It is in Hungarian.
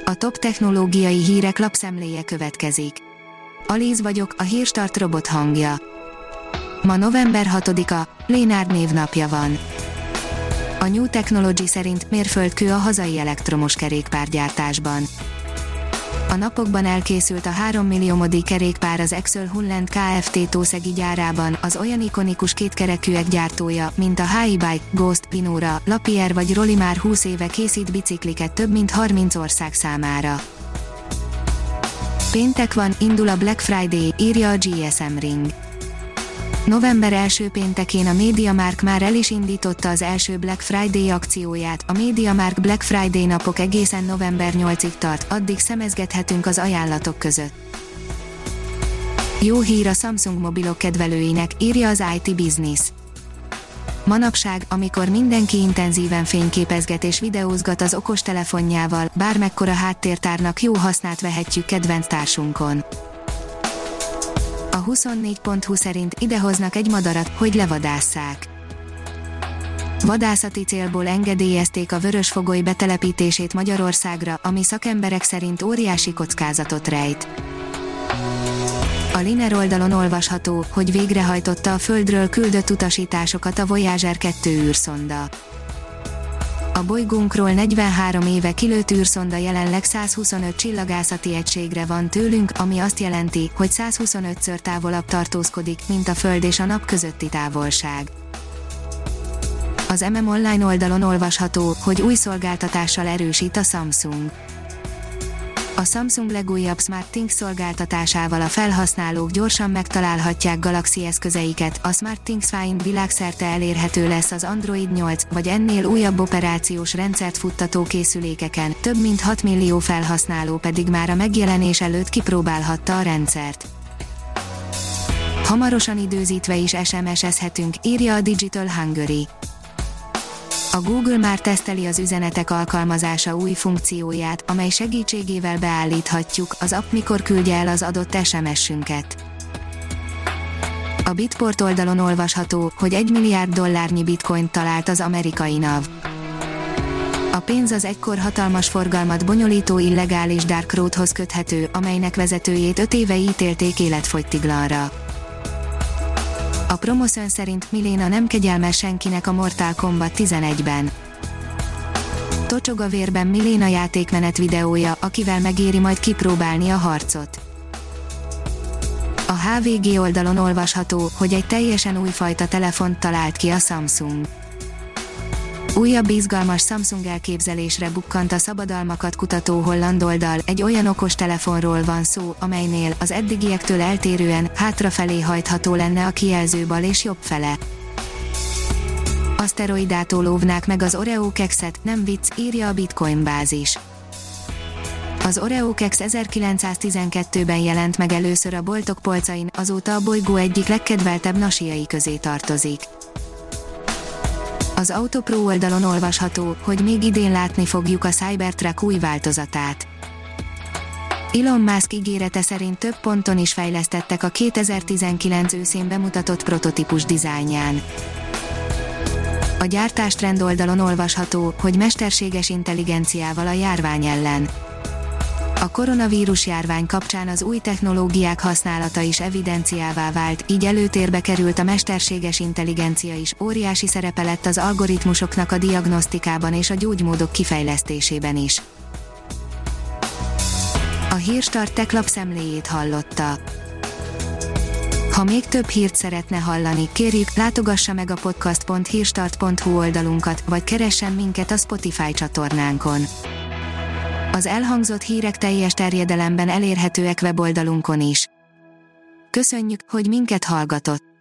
A top technológiai hírek lapszemléje következik. Alíz vagyok, a Hírstart robot hangja. Ma november 6-a, Lénárd névnapja van. A New Technology szerint mérföldkő a hazai elektromos kerékpárgyártásban. A napokban elkészült a 3 milliómodik kerékpár az Axel Hunland Kft. Tószegi gyárában, az olyan ikonikus kétkerekűek gyártója, mint a HI-Bike, Ghost, Pinura, Lapierre vagy Rolli már 20 éve készít bicikliket több mint 30 ország számára. Péntek van, indul a Black Friday, írja a GSM Ring. November első péntekén a MediaMarkt már el is indította az első Black Friday akcióját, a MediaMarkt Black Friday napok egészen november 8-ig tart, addig szemezgethetünk az ajánlatok között. Jó hír a Samsung mobilok kedvelőinek, írja az IT Business. Manapság, amikor mindenki intenzíven fényképezget és videózgat az okostelefonjával, bármekkora háttértárnak jó hasznát vehetjük kedvenc társunkon. A 24.hu szerint idehoznak egy madarat, hogy levadásszák. Vadászati célból engedélyezték a vörösfogoly betelepítését Magyarországra, ami szakemberek szerint óriási kockázatot rejt. A Liner oldalon olvasható, hogy végrehajtotta a Földről küldött utasításokat a Voyager 2 űrszonda. A bolygónkról 43 éve kilőtt űrszonda jelenleg 125 csillagászati egységre van tőlünk, ami azt jelenti, hogy 125-ször távolabb tartózkodik, mint a Föld és a Nap közötti távolság. Az MM Online oldalon olvasható, hogy új szolgáltatással erősít a Samsung. A Samsung legújabb SmartThings szolgáltatásával a felhasználók gyorsan megtalálhatják Galaxy eszközeiket, a SmartThings Find világszerte elérhető lesz az Android 8 vagy ennél újabb operációs rendszert futtató készülékeken, több mint 6 millió felhasználó pedig már a megjelenés előtt kipróbálhatta a rendszert. Hamarosan időzítve is SMS-ezhetünk, írja a Digital Hungary. A Google már teszteli az üzenetek alkalmazása új funkcióját, amely segítségével beállíthatjuk, az app mikor küldje el az adott SMS-ünket. A Bitport oldalon olvasható, hogy $1 milliárd bitcoint talált az amerikai NAV. A pénz az egykor hatalmas forgalmat bonyolító illegális Dark Roadhoz köthető, amelynek vezetőjét 5 éve ítélték életfogytiglanra. A Promoszön szerint Miléna nem kegyelmes senkinek a Mortal Kombat 11-ben. Tocsog a vérben Miléna játékmenet videója, akivel megéri majd kipróbálni a harcot. A HVG oldalon olvasható, hogy egy teljesen újfajta telefont talált ki a Samsung. Újabb izgalmas Samsung elképzelésre bukkant a szabadalmakat kutató holland oldal, egy olyan okostelefonról van szó, amelynél az eddigiektől eltérően hátrafelé hajtható lenne a kijelző bal és jobb fele. Aszteroidától óvnák meg az Oreo kekszet, nem vicc, írja a Bitcoin bázis. Az Oreo keksz 1912-ben jelent meg először a boltok polcain, azóta a bolygó egyik legkedveltebb nasiai közé tartozik. Az Autopro oldalon olvasható, hogy még idén látni fogjuk a Cybertruck új változatát. Elon Musk ígérete szerint több ponton is fejlesztettek a 2019 őszén bemutatott prototípus dizájnján. A gyártástrend oldalon olvasható, hogy mesterséges intelligenciával a járvány ellen. A koronavírus járvány kapcsán az új technológiák használata is evidenciává vált, így előtérbe került a mesterséges intelligencia is, óriási szerepe lett az algoritmusoknak a diagnosztikában és a gyógymódok kifejlesztésében is. A Hírstart Tech lapszemléjét hallotta. Ha még több hírt szeretne hallani, kérjük, látogassa meg a podcast.hírstart.hu oldalunkat, vagy keressen minket a Spotify csatornánkon. Az elhangzott hírek teljes terjedelemben elérhetőek weboldalunkon is. Köszönjük, hogy minket hallgatott!